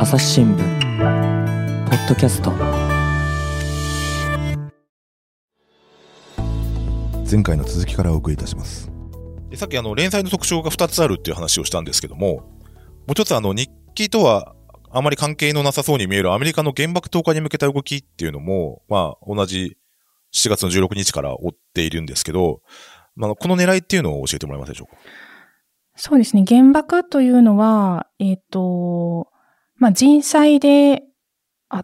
朝日新聞ポッドキャスト。 前回の続きからお送りいたします。 さっき連載の特徴が2つあるっていう話をしたんですけども、もう一つ日記とはあまり関係のなさそうに見えるアメリカの原爆投下に向けた動きっていうのも、同じ7月の16日から追っているんですけど、この狙いっていうのを教えてもらえますでしょうか。 そうですね。原爆というのは、人災であって、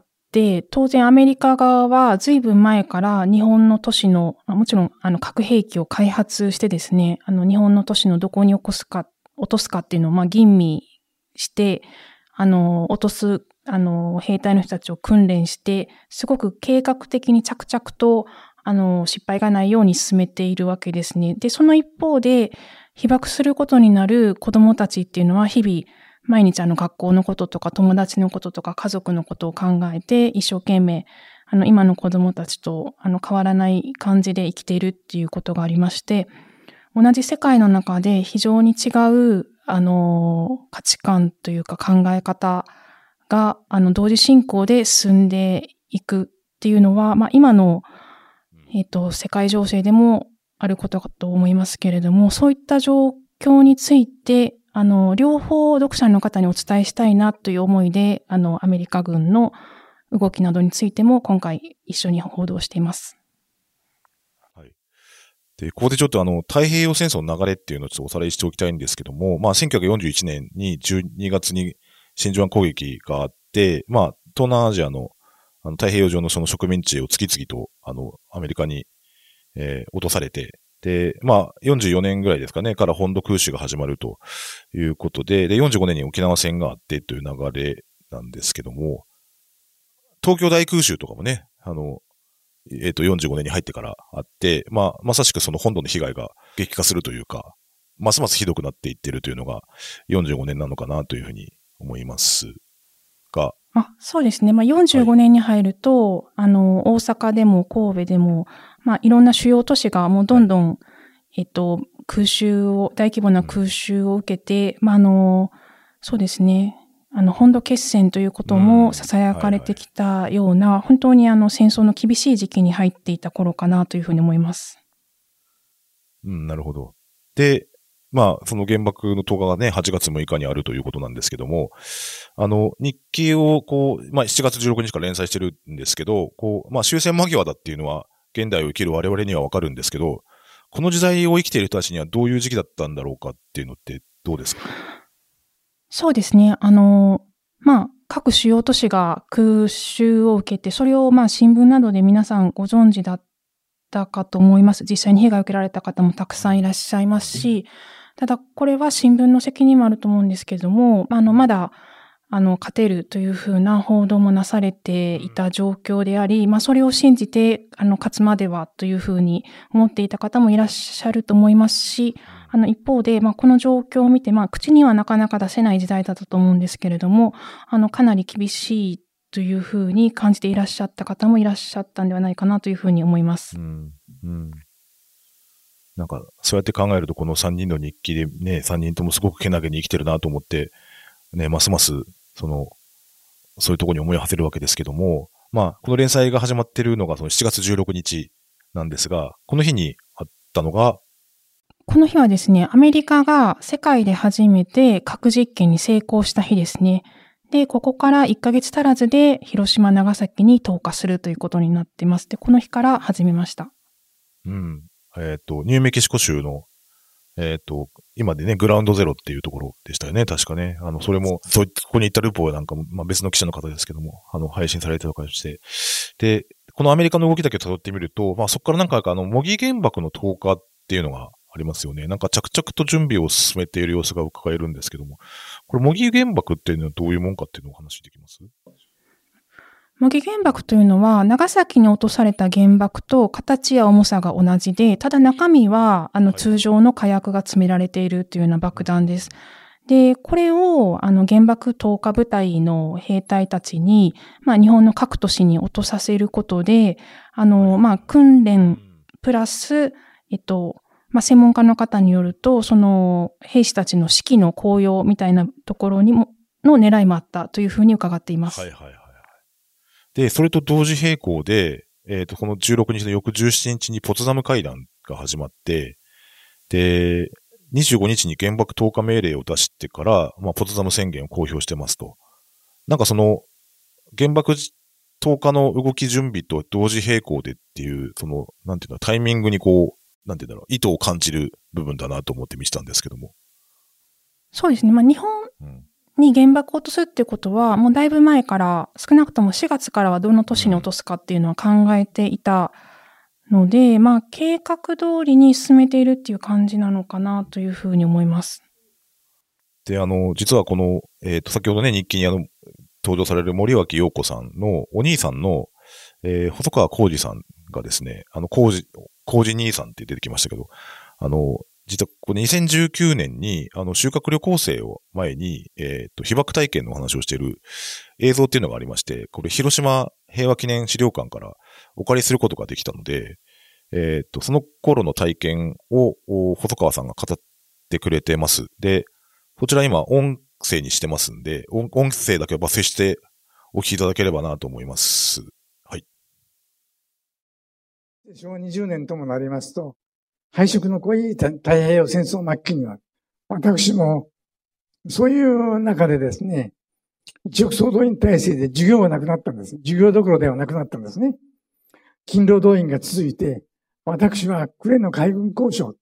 当然アメリカ側は随分前から日本の都市の、もちろん核兵器を開発してですね、日本の都市のどこに落とすかっていうのを吟味して、落とす、兵隊の人たちを訓練して、すごく計画的に着々と、失敗がないように進めているわけですね。で、その一方で、被爆することになる子供たちっていうのは日々、毎日学校のこととか友達のこととか家族のことを考えて一生懸命、今の子供たちと変わらない感じで生きているっていうことがありまして、同じ世界の中で非常に違う、価値観というか考え方が、同時進行で進んでいくっていうのは、今の、世界情勢でもあることかと思いますけれども、そういった状況について、両方読者の方にお伝えしたいなという思いで、アメリカ軍の動きなどについても今回一緒に報道しています。 はい。で、ここでちょっと太平洋戦争の流れっていうのをちょっとおさらいしておきたいんですけども、1941年に12月に真珠湾攻撃があって、東南アジアの太平洋上のその植民地を次々とアメリカに落とされて、で、44年ぐらいですかね、から本土空襲が始まるということで、45年に沖縄戦があってという流れなんですけども、東京大空襲とかもね、45年に入ってからあって、まさしくその本土の被害が激化するというか、ますますひどくなっていってるというのが45年なのかなというふうに思いますが。 そうですね。45年に入ると、大阪でも神戸でも、いろんな主要都市がもうどんどん、大規模な空襲を受けて、そうですね。本土決戦ということも囁かれてきたような、本当に戦争の厳しい時期に入っていた頃かなというふうに思います。 なるほど。で、その原爆の投下がね、8月6日にあるということなんですけども、日記を7月16日から連載してるんですけど、終戦間際だっていうのは、現代を生きる我々にはわかるんですけど、この時代を生きている人たちにはどういう時期だったんだろうかっていうのってどうですか？ そうですね。各主要都市が空襲を受けて、それを新聞などで皆さんご存知だったかと思います。実際に被害を受けられた方もたくさんいらっしゃいますし、ただこれは新聞の責任もあると思うんですけれども、まだ勝てるというふうな報道もなされていた状況であり、それを信じて勝つまではというふうに思っていた方もいらっしゃると思いますし、一方で、この状況を見て、口にはなかなか出せない時代だったと思うんですけれども、かなり厳しいというふうに感じていらっしゃった方もいらっしゃったんではないかなというふうに思います。 なんか、そうやって考えると、この3人の日記でね、3人ともすごくけなげに生きてるなと思って、ね、ますます、そういうところに思いを馳せるわけですけども、この連載が始まっているのが、その7月16日なんですが、この日にあったのが、 この日はですね、アメリカが世界で初めて核実験に成功した日ですね。で、ここから1ヶ月足らずで広島、長崎に投下するということになっています。で、この日から始めました。 ニューメキシコ州の、今でね、グラウンドゼロっていうところでしたよね、確かね。それも、ここに行ったルポはなんか、別の記者の方ですけども、配信されてたりして。で、このアメリカの動きだけ辿ってみると、そこからなんか、模擬原爆の投下っていうのがありますよね。なんか着々と準備を進めている様子が伺えるんですけども、これ模擬原爆っていうのはどういうもんかっていうのをお話しできます？ 模擬原爆というのは、長崎に落とされた原爆と形や重さが同じで、ただ中身は、通常の火薬が詰められているというような爆弾です。で、これを、原爆投下部隊の兵隊たちに、日本の各都市に落とさせることで、訓練プラス、専門家の方によると、その兵士たちの士気の高揚みたいなところにも、 の狙いもあったというふうに伺っています。 はいはいはい。で、それと同時並行で、この16日の翌17日にポツダム会談が始まって、で、25日に原爆投下命令を出してから、まあ、ポツダム宣言を公表してますと。なんかその、原爆投下の動き準備と同時並行でっていう、その、なんていうの、タイミングにこう、なんていうんだろう、意図を感じる部分だなと思って見てたんですけども。 そうですね。まあ、日本に原爆を落とすってことは、もうだいぶ前から、少なくとも4月からはどの都市に落とすかっていうのは考えていたので、まあ、計画通りに進めているっていう感じなのかなというふうに思います。 で、実はこの、先ほどね、日記に登場される森脇陽子さんのお兄さんの、細川浩二さんがですね、浩二兄さんって出てきましたけど、実はこの2019年に、修学旅行生を前に、被爆体験のお話をしている映像っていうのがありまして、これ広島平和記念資料館からお借りすることができたので、その頃の体験を細川さんが語ってくれてます。で、こちら今音声にしてますんで、音声だけは抜粋してお聞きいただければなと思います。はい。 昭和20年ともなりますと、敗色の濃い太平洋戦争末期には、私もそういう中でですね、一億総動員体制で授業がなくなったんです。授業どころではなくなったんですね。勤労動員が続いて、私は呉の海軍工廠、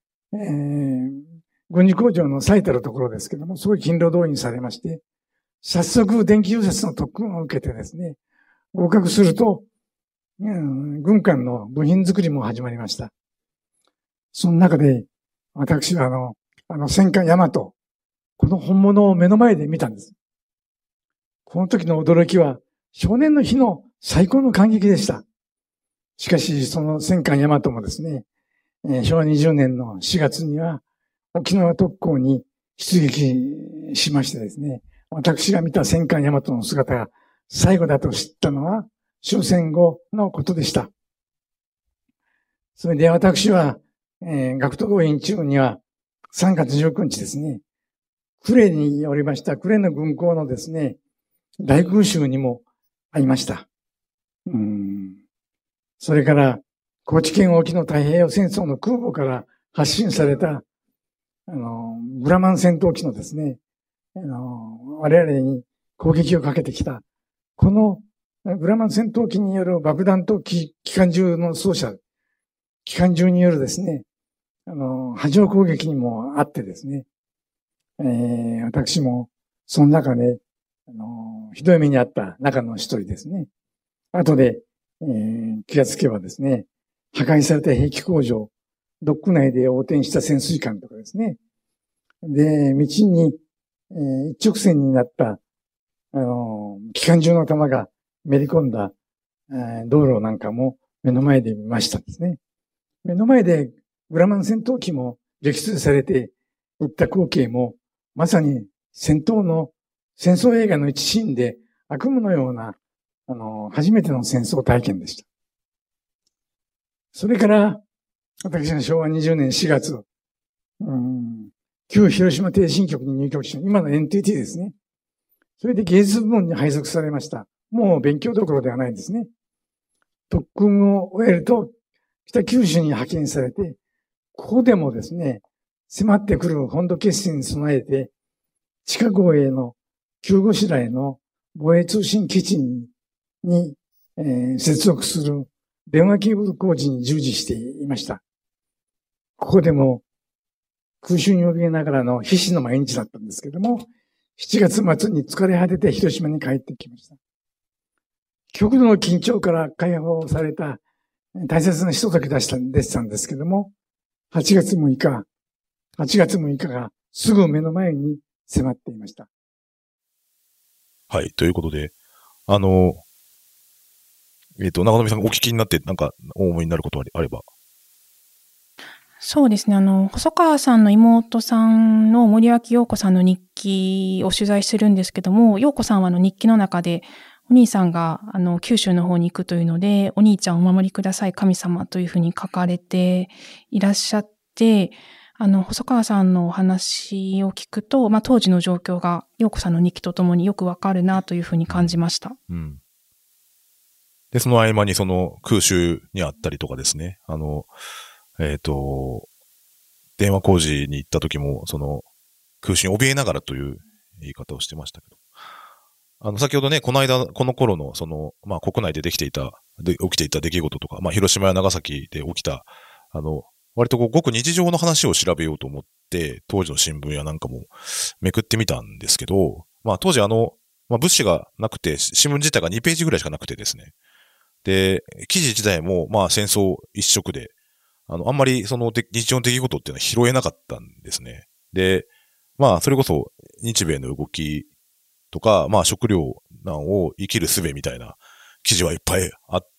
軍事工場の最たるところですけども、すごい勤労動員されまして、早速電気融雪の特訓を受けてですね、合格すると、軍艦の部品作りも始まりました。その中で、私は戦艦大和、この本物を目の前で見たんです。この時の驚きは、少年の日の最高の感激でした。しかし、その戦艦大和もですね、昭和20年の4月には、沖縄特攻に出撃しましてですね、私が見た戦艦大和の姿が最後だと知ったのは、終戦後のことでした。それで私は、学徒動員中には3月19日ですね、呉におりました呉の軍港のですね、大空襲にも会いました。それから、高知県沖の太平洋戦争の空母から発進された、グラマン戦闘機のですね、我々に攻撃をかけてきた、このグラマン戦闘機による爆弾と機関銃の装射、機関銃によるですね、波状攻撃にもあってですね、私もその中で、ひどい目にあった中の一人ですね。後で、気がつけばですね、破壊された兵器工場、ドック内で横転した潜水艦とかですね。で、道に、一直線になった、機関銃の弾がめり込んだ、道路なんかも目の前で見ましたですね。目の前でグラマン戦闘機も撃墜されていった光景も、まさに戦争映画の一シーンで悪夢のような、初めての戦争体験でした。それから、私は昭和20年4月、旧広島逓信局に入局し、今の NTT ですね。それで芸術部門に配属されました。もう勉強どころではないんですね。特訓を終えると、北九州に派遣されて、ここでもですね、迫ってくる本土決戦に備えて、地下壕への急ごしらえの防衛通信基地に、接続する電話ケーブル工事に従事していました。ここでも空襲に怯えながらの必死の毎日だったんですけども、7月末に疲れ果てて広島に帰ってきました。極度の緊張から解放された大切なひとときでしたんですけども、8月6日がすぐ目の前に迫っていました。 はい、ということで、中野さんがお聞きになってなんかお思いになることあれば。 そうですね。細川さんの妹さんの森脇陽子さんの日記を取材してるんですけども、陽子さんは日記の中で、お兄さんが九州の方に行くというので、お兄ちゃんお守りください神様というふうに書かれていらっしゃって、 細川さんのお話を聞くと、当時の状況が、陽子さんの日記とともによくわかるなというふうに感じました。 うん。で、その合間にその空襲にあったりとかですね、電話工事に行った時も、その空襲に怯えながらという言い方をしてましたけど。先ほどね、この頃の、国内で起きていた出来事とか、広島や長崎で起きた、割とごく日常の話を調べようと思って、当時の新聞やなんかもめくってみたんですけど、当時物資がなくて、新聞自体が2ページぐらいしかなくてですね。で、記事自体も、戦争一色で、あんまりその日常の出来事っていうのは拾えなかったんですね。で、それこそ日米の動きとか、食糧難を生きる術みたいな記事はいっぱいあって、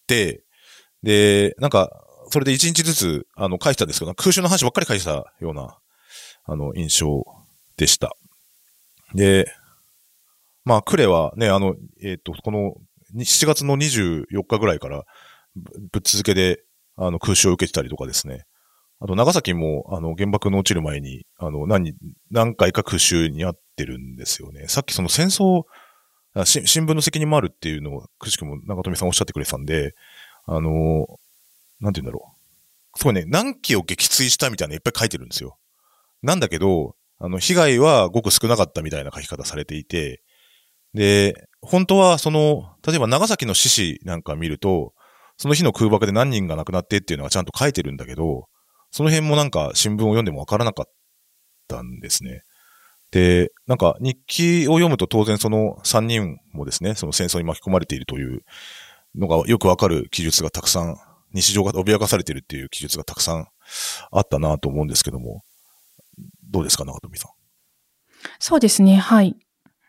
で、それで一日ずつ、書いてたんですけど、空襲の話ばっかり書いてたような、印象でした。で、呉はね、この7月の24日ぐらいからぶっ続けで、空襲を受けてたりとかですね。あと、長崎も、原爆の落ちる前に、何回か空襲にあってるんですよね。さっきその戦争、新聞の責任もあるっていうのを、くしくも中富さんおっしゃってくれてたんで、なんて言うんだろう。すごいね、何機を撃墜したみたいなのいっぱい書いてるんですよ。なんだけど、被害はごく少なかったみたいな書き方されていて、で、本当は例えば長崎の死死なんか見ると、その日の空爆で何人が亡くなってっていうのがちゃんと書いてるんだけど、その辺も新聞を読んでもわからなかったんですね。で、日記を読むと当然その3人もですね、その戦争に巻き込まれているというのがよくわかる記述がたくさん、日常が脅かされているっていう記述がたくさんあったなと思うんですけども、どうですか、中富さん。 そうですね、はい。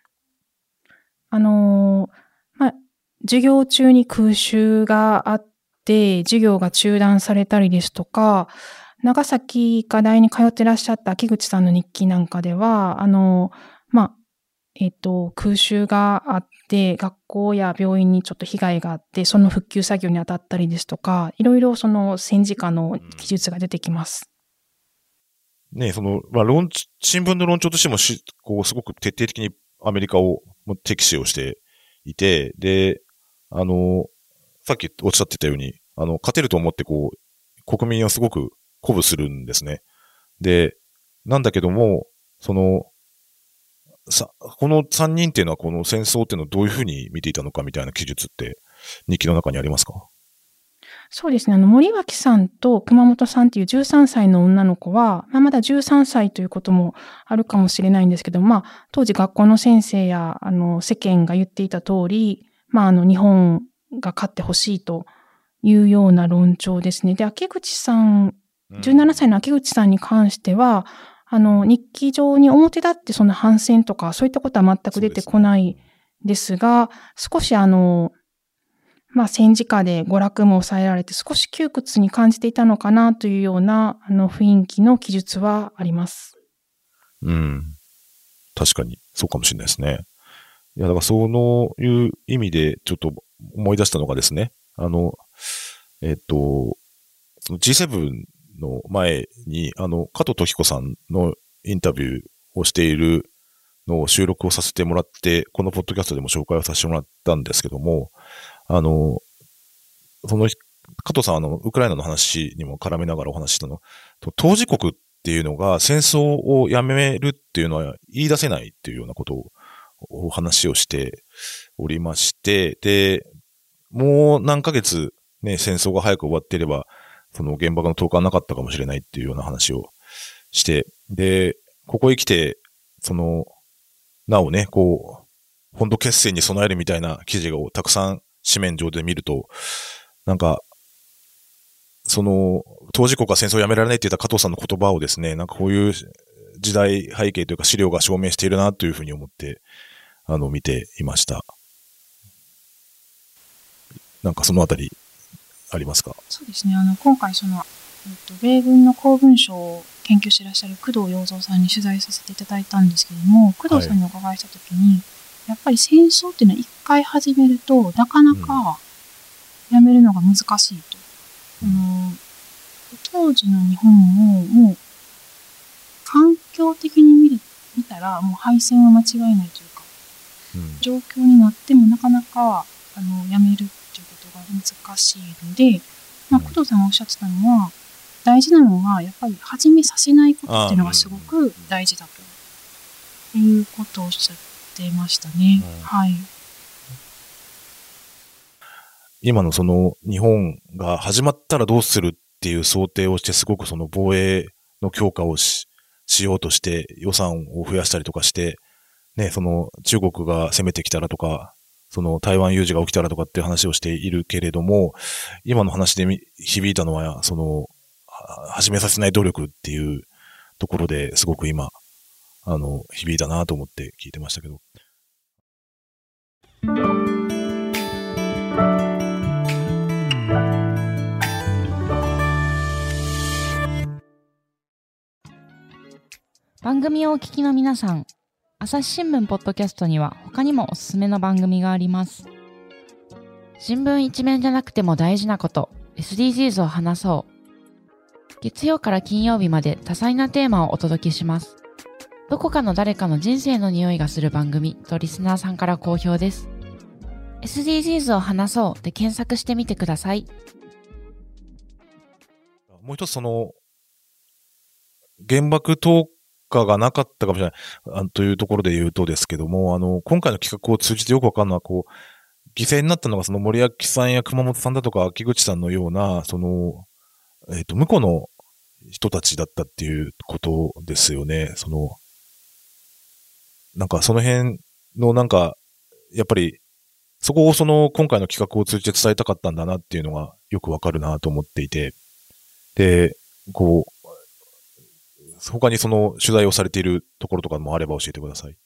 授業中に空襲があって、授業が中断されたりですとか、長崎医科大に通ってらっしゃった秋口さんの日記なんかでは、空襲があって、学校や病院にちょっと被害があって、その復旧作業に当たったりですとか、いろいろその戦時下の記述が出てきます。 ね、新聞の論調としてもすごく徹底的にアメリカを敵視をしていて、で、さっきおっしゃってたように、勝てると思って国民をすごく鼓舞するんですね。で、なんだけども、この3人っていうのはこの戦争っていうのをどういうふうに見ていたのかみたいな記述って日記の中にありますか？ そうですね。森脇さんと熊本さんっていう13歳の女の子は、まだ13歳ということもあるかもしれないんですけど、当時学校の先生や、世間が言っていた通り、日本が勝ってほしいというような論調ですね。で、秋口さん、17歳の秋口さんに関しては、日記上に表立ってその反戦とか、そういったことは全く出てこないですが、少し戦時下で娯楽も抑えられて少し窮屈に感じていたのかなというような雰囲気の記述はあります。 確かにそうかもしれないですね。いや、だからそういう意味でちょっと思い出したのがですね、G7 の前に、加藤時子さんのインタビューをしているのを収録をさせてもらって、このポッドキャストでも紹介をさせてもらったんですけども、加藤さんウクライナの話にも絡めながらお話したの、当事国っていうのが戦争をやめるっていうのは言い出せないっていうようなことを話をしておりまして、で、もう何ヶ月ね、戦争が早く終わっていれば、その原爆の投下はなかったかもしれないっていうような話をして、で、ここへ来て、なおね、本土決戦に備えるみたいな記事をたくさん紙面上で見ると、当事国が戦争をやめられないって言った加藤さんの言葉をですね、こういう時代背景というか資料が証明しているなというふうに思って、見ていました。そのあたり、ありますか？ そうですね。今回米軍の公文書を研究していらっしゃる工藤洋三さんに取材させていただいたんですけども、工藤さんにお伺いしたときに、やっぱり戦争っていうのは一回始めると、なかなかやめるのが難しいと。当時の日本ももう環境的に見たら、もう敗戦は間違いないというか、状況になってもなかなか、やめるっていうことが難しいので、工藤さんがおっしゃってたのは、大事なのは、やっぱり始めさせないことっていうのがすごく大事だということをおっしゃってましたね。はい。 今のその日本が始まったらどうするっていう想定をして、すごくその防衛の強化をしようとして予算を増やしたりとかして、ね、その中国が攻めてきたらとか、その台湾有事が起きたらとかっていう話をしているけれども、今の話で響いたのは、その、始めさせない努力っていうところですごく今、響いたなと思って聞いてましたけど。 番組をお聞きの皆さん、朝日新聞ポッドキャストには他にもおすすめの番組があります。新聞一面じゃなくても大事なこと、SDGs を話そう。月曜から金曜日まで多彩なテーマをお届けします。どこかの誰かの人生の匂いがする番組とリスナーさんから好評です。SDGs を話そうで検索してみてください。 もう一つその、原爆投下がなかったかもしれないというところで言うとですけども、今回の企画を通じてよくわかるのは、こう、犠牲になったのがその森脇さんや熊本さんだとか秋口さんのような、その、向こうの人たちだったっていうことですよね。その、なんかその辺のなんか、やっぱり、そこをその今回の企画を通じて伝えたかったんだなっていうのがよくわかるなと思っていて、で、こう、他にその取材をされているところとかもあれば教えてください。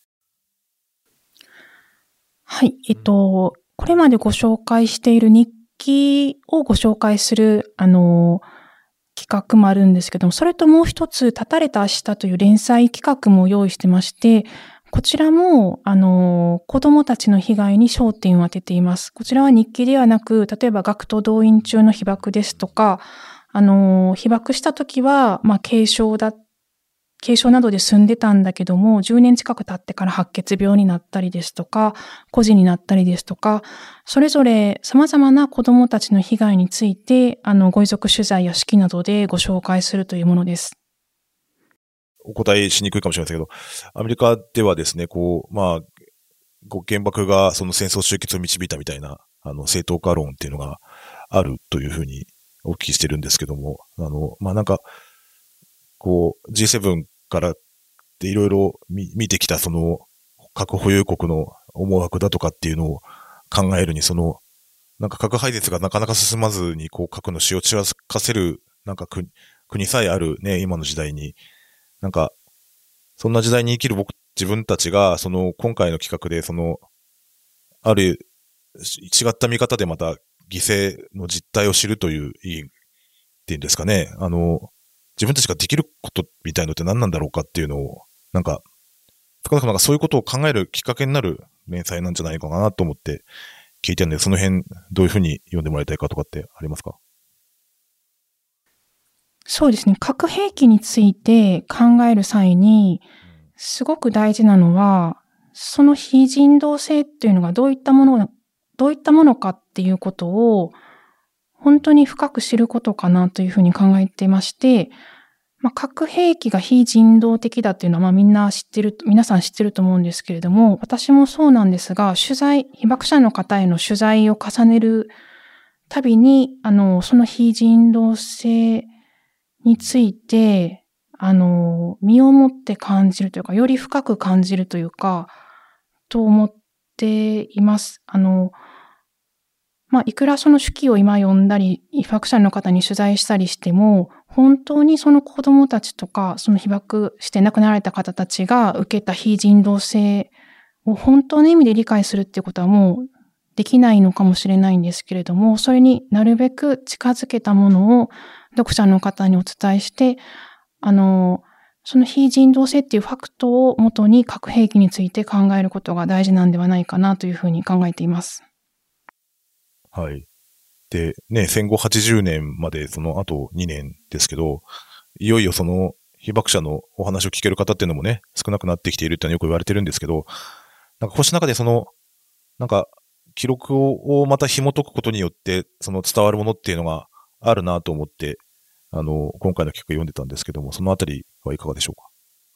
はい。これまでご紹介している日記をご紹介する、企画もあるんですけども、それともう一つ、絶たれた明日という連載企画も用意してまして、こちらも、子供たちの被害に焦点を当てています。こちらは日記ではなく、例えば学徒動員中の被爆ですとか、被爆した時は、軽症などで済んでたんだけども、10年近く経ってから白血病になったりですとか、孤児になったりですとか、それぞれ様々な子供たちの被害について、ご遺族取材や式などでご紹介するというものです。 お答えしにくいかもしれないですけど、アメリカではですね、こう、原爆がその戦争終結を導いたみたいな、正当化論っていうのがあるというふうにお聞きしてるんですけども、なんか、こう、G7 からでいろいろ見てきたその核保有国の思惑だとかっていうのを考えるに、その、なんか核廃絶がなかなか進まずに、こう核の使用をちらつかせる、なんか国さえあるね、今の時代に、なんか、そんな時代に生きる自分たちが、その今回の企画で、その、ある違った見方でまた犠牲の実態を知るというっていうんですかね、自分たちができることみたいのって何なんだろうかっていうのを、なんかそういうことを考えるきっかけになる連載なんじゃないかなと思って聞いてるんで、その辺どういうふうに読んでもらいたいかとかってありますか？ そうですね。核兵器について考える際に、すごく大事なのは、その非人道性っていうのがどういったものかっていうことを、本当に深く知ることかなというふうに考えていまして、核兵器が非人道的だっていうのは皆さん知ってると思うんですけれども、私もそうなんですが、被爆者の方への取材を重ねるたびに、その非人道性について、身をもって感じるというか、より深く感じるというか、と思っています。いくらその手記を今読んだり、被爆者の方に取材したりしても、本当にその子供たちとか、その被爆して亡くなられた方たちが受けた非人道性を本当の意味で理解するっていうことはもうできないのかもしれないんですけれども、それになるべく近づけたものを読者の方にお伝えして、その非人道性っていうファクトをもとに核兵器について考えることが大事なんではないかなというふうに考えています。 はい。で、ね、戦後80年までその後2年ですけど、いよいよその被爆者のお話を聞ける方っていうのもね、少なくなってきているっていうのはよく言われてるんですけど、なんかこうした中でなんか、記録をまた紐解くことによって、伝わるものっていうのがあるなと思って、今回の企画読んでたんですけども、そのあたりはいかがでしょうか？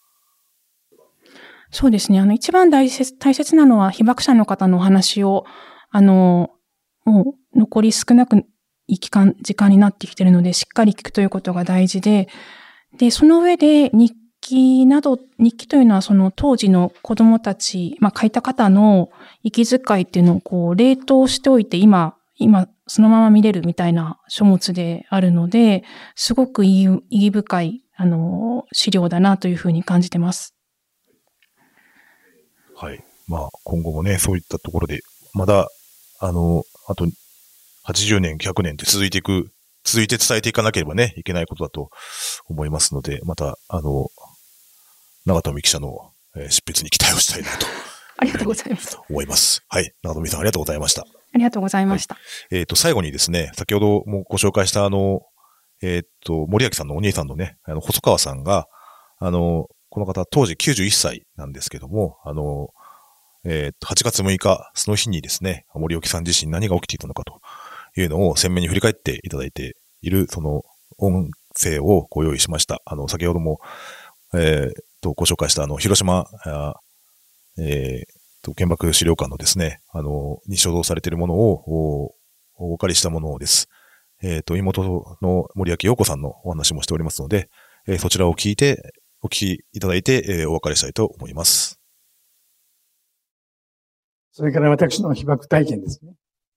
そうですね。一番大切なのは被爆者の方のお話を、もう残り少なく時間になってきているので、しっかり聞くということが大事で、その上で日記というのはその当時の子供たち、書いた方の息遣いっていうのをこう冷凍しておいて今そのまま見れるみたいな書物であるので、すごく意義深い、資料だなというふうに感じてます。 はい。今後もね、そういったところで、まだ、あと80年、100年って続いて伝えていかなければね、いけないことだと思いますので、また、長富記者の執筆に期待をしたいなと。 ありがとうございます。 思います。はい。長富さんありがとうございました。 ありがとうございました。 はい、最後にですね、先ほどもご紹介した森脇さんのお兄さんのね、細川さんが、この方当時91歳なんですけども、8月6日、その日にですね、森脇さん自身何が起きていたのかというのを鮮明に振り返っていただいている、その音声をご用意しました。先ほども、ご紹介した広島、原爆資料館のですね、に所蔵されているものをお借りしたものです。妹の森脇陽子さんのお話もしておりますので、そちらをお聞きいただいて、お別れしたいと思います。 それから私の被爆体験ですね。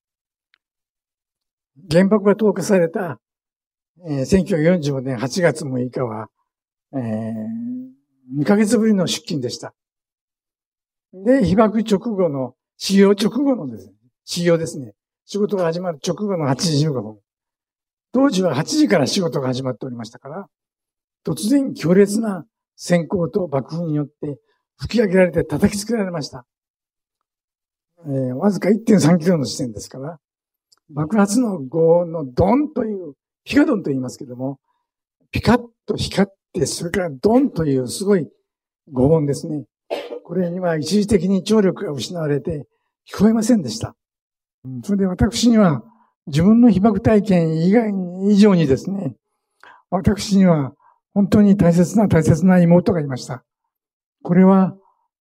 原爆が投下された、1945年8月6日は、2ヶ月ぶりの出勤でした。で、被爆直後の、始業直後のですね、始業ですね。仕事が始まる直後の8時15分。当時は8時から仕事が始まっておりましたから、突然強烈な閃光と爆風によって吹き上げられて叩きつけられました。わずか 1.3 キロの地点ですから、爆発の轟音のドンという、ピカドンと言いますけども、ピカッと光って、それからドンというすごい轟音ですね。これには一時的に聴力が失われて聞こえませんでした。それで私には自分の被爆体験以上にですね、私には本当に大切な妹がいました。これは、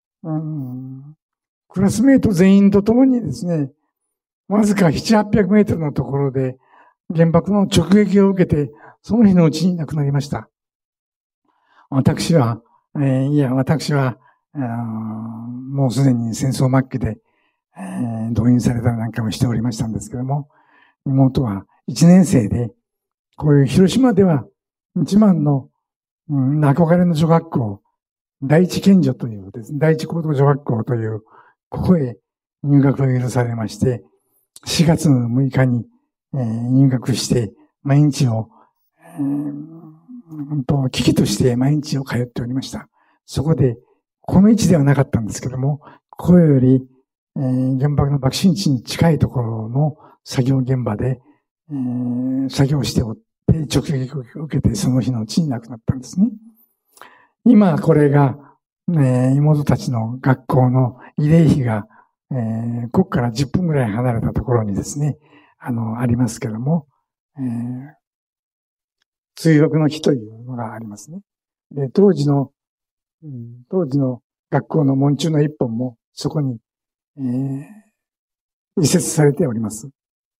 クラスメイト全員と共にですね、わずか7、800メートルのところで原爆の直撃を受けて、その日のうちに亡くなりました。私は、もうすでに戦争末期で、動員されたりなんかもしておりましたんですけども、妹は1年生で、こういう広島では一番の、憧れの女学校、第一県女というですね、第一高等女学校という、ここへ入学を許されまして、4月6日に、入学して、毎日を、危機として毎日を通っておりました。そこで、この位置ではなかったんですけども、ここより、原爆の爆心地に近いところの作業現場で、作業しておって、直撃を受けてその日のうちに亡くなったんですね。今、これが、妹たちの学校の慰霊碑が、ここから10分ぐらい離れたところにですね、ありますけども、追憶の碑というのがありますね。で、当時の学校の門柱の一本もそこに、移設されております。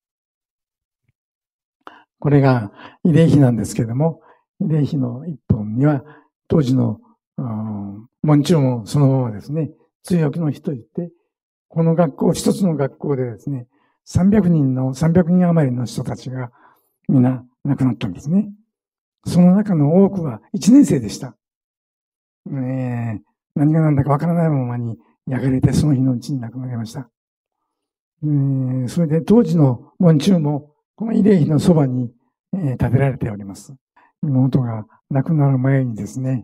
これが慰霊碑なんですけれども、慰霊碑の一本には当時の門柱もそのままですね、追憶の碑といって、この学校、一つの学校でですね、300人余りの人たちがみんな亡くなったんですね。その中の多くは1年生でした。何が何だかわからないままに焼かれてその日のうちに亡くなりました。それで当時の門柱もこの慰霊碑のそばに、建てられております。妹が亡くなる前にですね、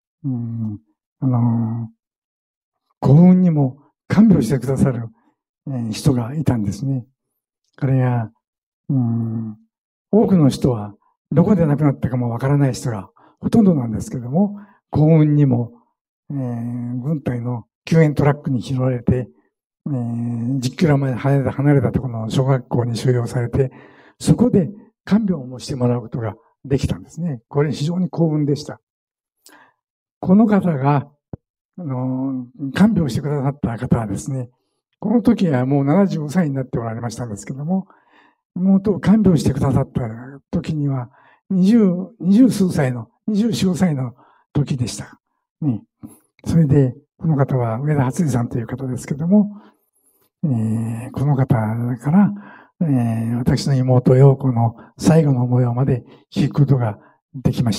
幸運にも看病してくださる、人がいたんですね。彼が、多くの人はどこで亡くなったかもわからない人がほとんどなんですけども、幸運にも、軍隊の救援トラックに拾われて、10キロまで離れたところの小学校に収容されて、そこで看病もしてもらうことができたんですね。これ非常に幸運でした。この方が、看病してくださった方はですね、この時はもう75歳になっておられましたんですけども、妹を看病してくださった時には、24、5歳の時でした。ね。それで、この方は上田初さんという方ですけども、この方から、私の妹陽子の最後の模様まで聞くことができました。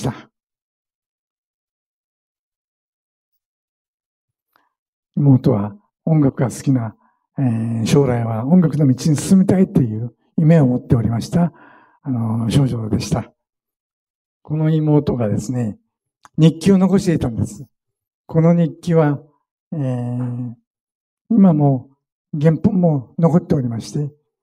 妹は音楽が好きな、将来は音楽の道に進みたいという夢を持っておりました、少女でした。この妹がですね、日記を残していたんです。この日記は、今も原本も残っておりまして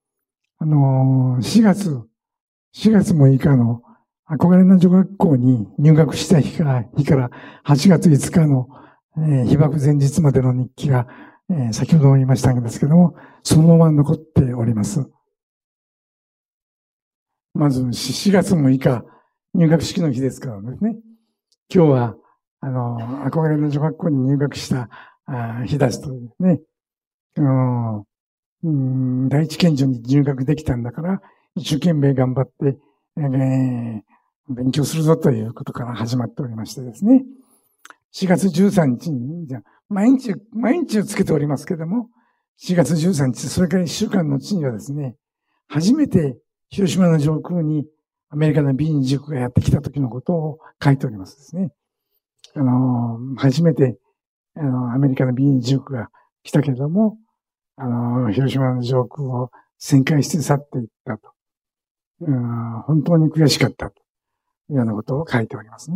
、4月6日の憧れの女学校に入学した日から8月5日の、被爆前日までの日記が、先ほども言いましたんですけども、そのまま残っております。まず4月6日、入学式の日ですからですね。今日は、憧れの女学校に入学した日だしとね、第一県女に入学できたんだから、一生懸命頑張って、勉強するぞということから始まっておりましてですね。4月13日に、毎日をつけておりますけども、4月13日、それから1週間のうちにはですね、初めて広島の上空にアメリカの B29がやってきた時のことを書いておりますですね。初めて、アメリカの B29が来たけれども、広島の上空を旋回して去っていったと。本当に悔しかったというようなことを書いておりますね。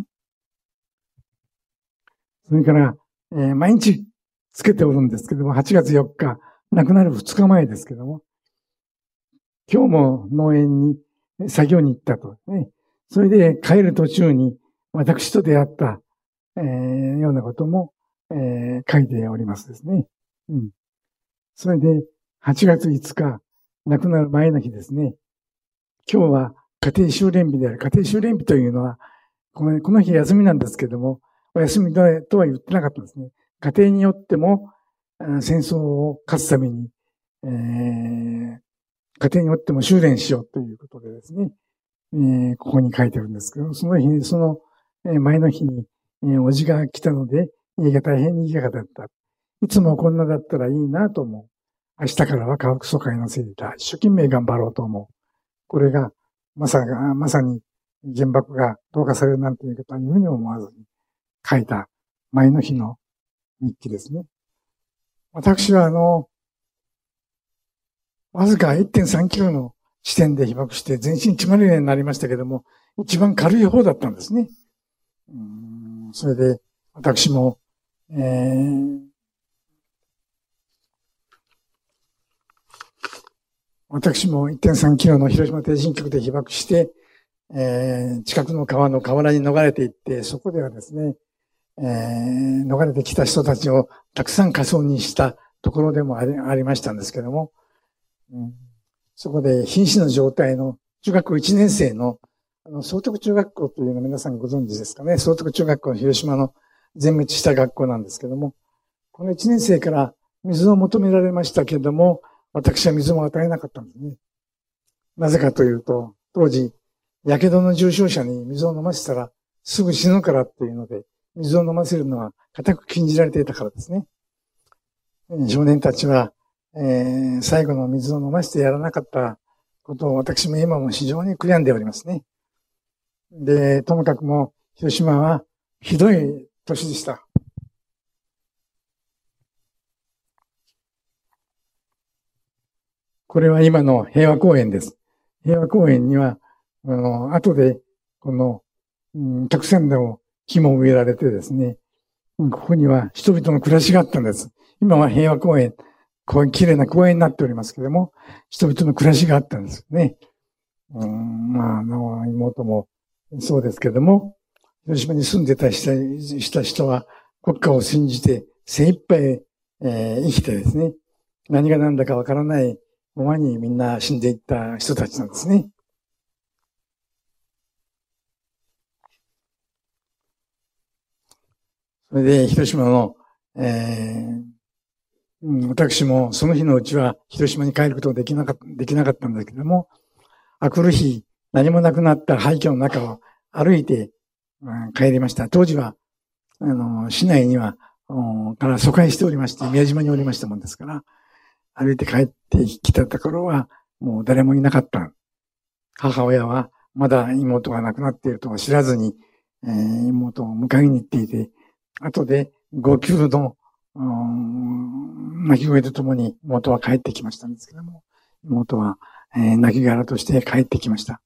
それから、毎日つけておるんですけども、8月4日、亡くなる2日前ですけども、今日も農園に作業に行ったと、ね。それで帰る途中に私と出会った、ようなことも、書いておりますですね。うん。それで、8月5日、亡くなる前の日ですね。今日は家庭修練日である。家庭修練日というのは、この日休みなんですけども、お休みとは言ってなかったんですね。家庭によっても、戦争を勝つために、家庭によっても修練しようということでですね、ここに書いてあるんですけど、その前の日に、おじが来たので、家が大変に賑やかだった。いつもこんなだったらいいなと思う。明日からは家福疎開のせいだ。一生懸命頑張ろうと思う。これが、まさに原爆が投下されるなんていうことは夢に思わずに書いた前の日の日記ですね。私はわずか 1.3 キロの地点で被爆して全身血まみれになりましたけども、一番軽い方だったんですね。それで、私も、1.3 キロの広島停進局で被爆して、近くの川の河原に逃れていって、そこではですね、逃れてきた人たちをたくさん火葬にしたところでもありましたんですけども、そこで瀕死の状態の中学校1年生の総徳中学校というのを皆さんご存知ですかね。総徳中学校の広島の全滅した学校なんですけども、この1年生から水を求められましたけれども、私は水も与えなかったんですね。なぜかというと、当時、火傷の重症者に水を飲ませたらすぐ死ぬからっていうので、水を飲ませるのは固く禁じられていたからですね。少年たちは、最後の水を飲ませてやらなかったことを私も今も非常に悔やんでおりますね。で、ともかくも広島はひどい年でした。これは今の平和公園です。平和公園には、後で、たくさんの木も植えられてですね、ここには人々の暮らしがあったんです。今は平和公園、綺麗な公園になっておりますけれども、人々の暮らしがあったんですね。妹もそうですけれども、 広島に住んでした人は国家を信じて精一杯、生きてですね、何が何だかわからないままにみんな死んでいった人たちなんですね。それで広島の、私もその日のうちは広島に帰ることができなかったんだけども、あくる日何もなくなった廃墟の中を歩いて、帰りました。当時は市内にはから疎開しておりまして、宮島におりましたもんですから、歩いて帰ってきたところはもう誰もいなかった。母親はまだ妹が亡くなっているとは知らずに、妹を迎えに行っていて、後で号泣の泣き声とともに妹は帰ってきましたんですけども、妹は、泣き殻として帰ってきました。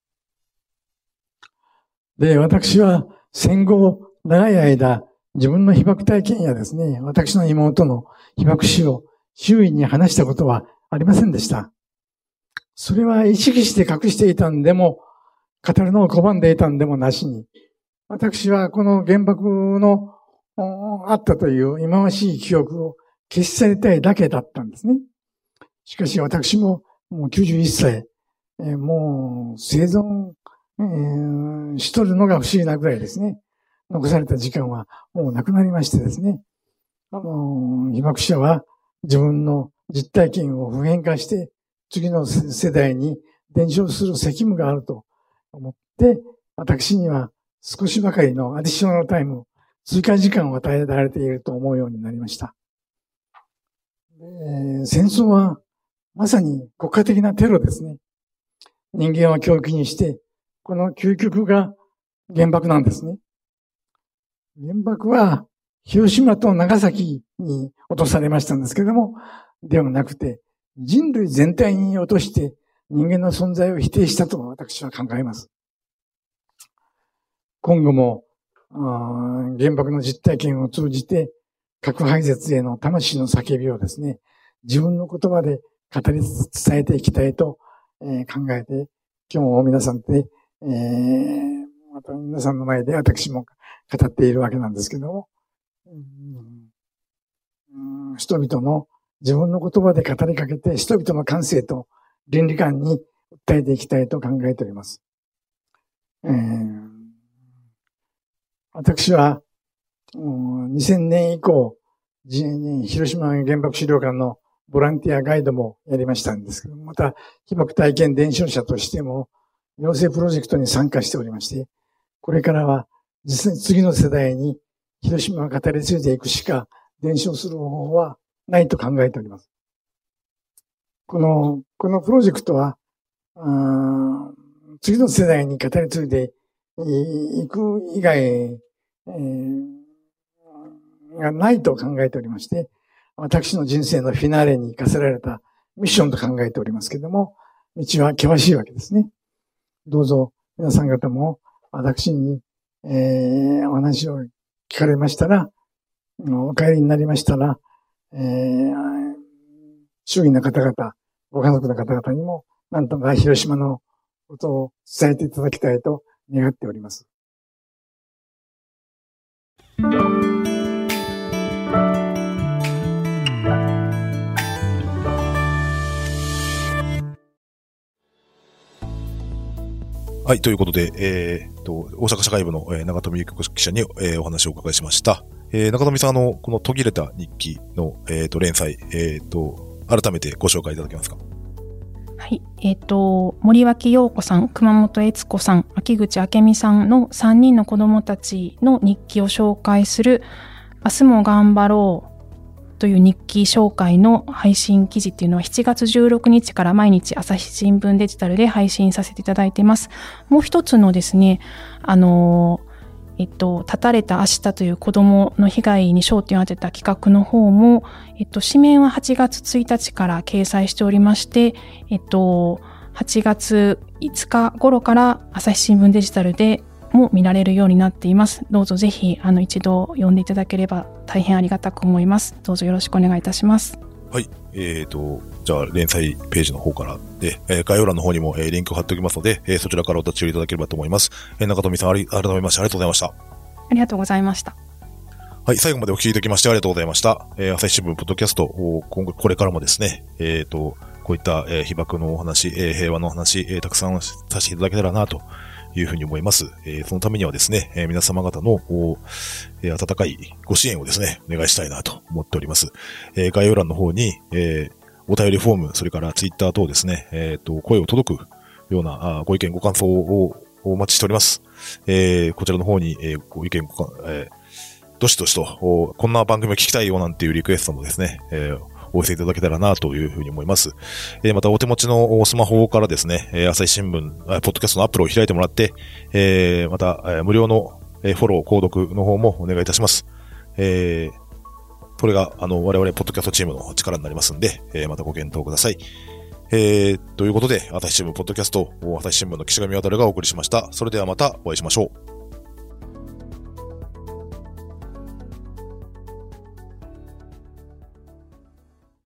で、私は戦後長い間、自分の被爆体験やですね、私の妹の被爆死を周囲に話したことはありませんでした。それは意識して隠していたんでも、語るのを拒んでいたんでもなしに、私はこの原爆のあったという忌まわしい記憶を消し去りたいだけだったんですね。しかし私ももう91歳、もう生存、しとるのが不思議なぐらいですね。残された時間はもうなくなりましてですね。被爆者は自分の実体験を普遍化して次の世代に伝承する責務があると思って、私には少しばかりのアディショナルタイム、追加時間を与えられていると思うようになりました。戦争はまさに国家的なテロですね。人間を凶器にして、この究極が原爆なんですね。原爆は広島と長崎に落とされましたんですけれども、ではなくて人類全体に落として人間の存在を否定したと私は考えます。今後も原爆の実体験を通じて核廃絶への魂の叫びをですね、自分の言葉で語り伝えていきたいと考えて、今日も皆さんで、また皆さんの前で私も語っているわけなんですけども、人々の自分の言葉で語りかけて人々の感性と倫理観に訴えていきたいと考えております。私は2000年以降、広島原爆資料館のボランティアガイドもやりましたんですけども、また被爆体験伝承者としても養成プロジェクトに参加しておりまして、これからは実際に次の世代に広島が語り継いでいくしか伝承する方法はないと考えております。このプロジェクトは次の世代に語り継いでいく以外、がないと考えておりまして、私の人生のフィナーレに課せられたミッションと考えておりますけれども、道は険しいわけですね。どうぞ皆さん方も私に、お話を聞かれましたら、お帰りになりましたら、周囲の方々、ご家族の方々にも、なんとか広島のことを伝えていただきたいと願っております。 はい、ということで、大阪社会部の、中富記者に、お話をお伺いしました。中富さん、この途切れた日記の、連載、改めてご紹介いただけますか？ はい。森脇陽子さん、熊本悦子さん、秋口明美さんの3人の子供たちの日記を紹介する、明日も頑張ろうという日記紹介の配信記事っていうのは7月16日から毎日朝日新聞デジタルで配信させていただいています。もう一つのですね、絶たれた明日という子供の被害に焦点を当てた企画の方も、紙面は8月1日から掲載しておりまして、8月5日頃から朝日新聞デジタルでも見られるようになっています。どうぞぜひ一度読んでいただければ大変ありがたく思います。どうぞよろしくお願いいたします。 はい。じゃあ連載ページの方からで、概要欄の方にも、リンクを貼っておきますので、そちらからお立ち寄りいただければと思います。中富さん、改めましてありがとうございました。 ありがとうございました。 はい、最後までお聞きいただきましてありがとうございました。朝日新聞ポッドキャストを今後これからもですね、こういった、被爆のお話、平和のお話、たくさんさせていただけたらなというふうに思います。そのためにはですね、皆様方の、温かいご支援をですね、お願いしたいなと思っております。概要欄の方に、お便りフォーム、それからツイッター等ですね、声を届くようなご意見ご感想をお待ちしております。こちらの方に、ご意見どしどしと、こんな番組を聞きたいよなんていうリクエストもですね、お寄せいただけたらなというふうに思います。またお手持ちのスマホからですね、朝日新聞、ポッドキャストのアプリを開いてもらって、また、無料のフォロー、購読の方もお願いいたします。これが、我々、ポッドキャストチームの力になりますんで、またご検討ください。ということで、朝日新聞ポッドキャスト、朝日新聞の岸上渡がお送りしました。それではまたお会いしましょう。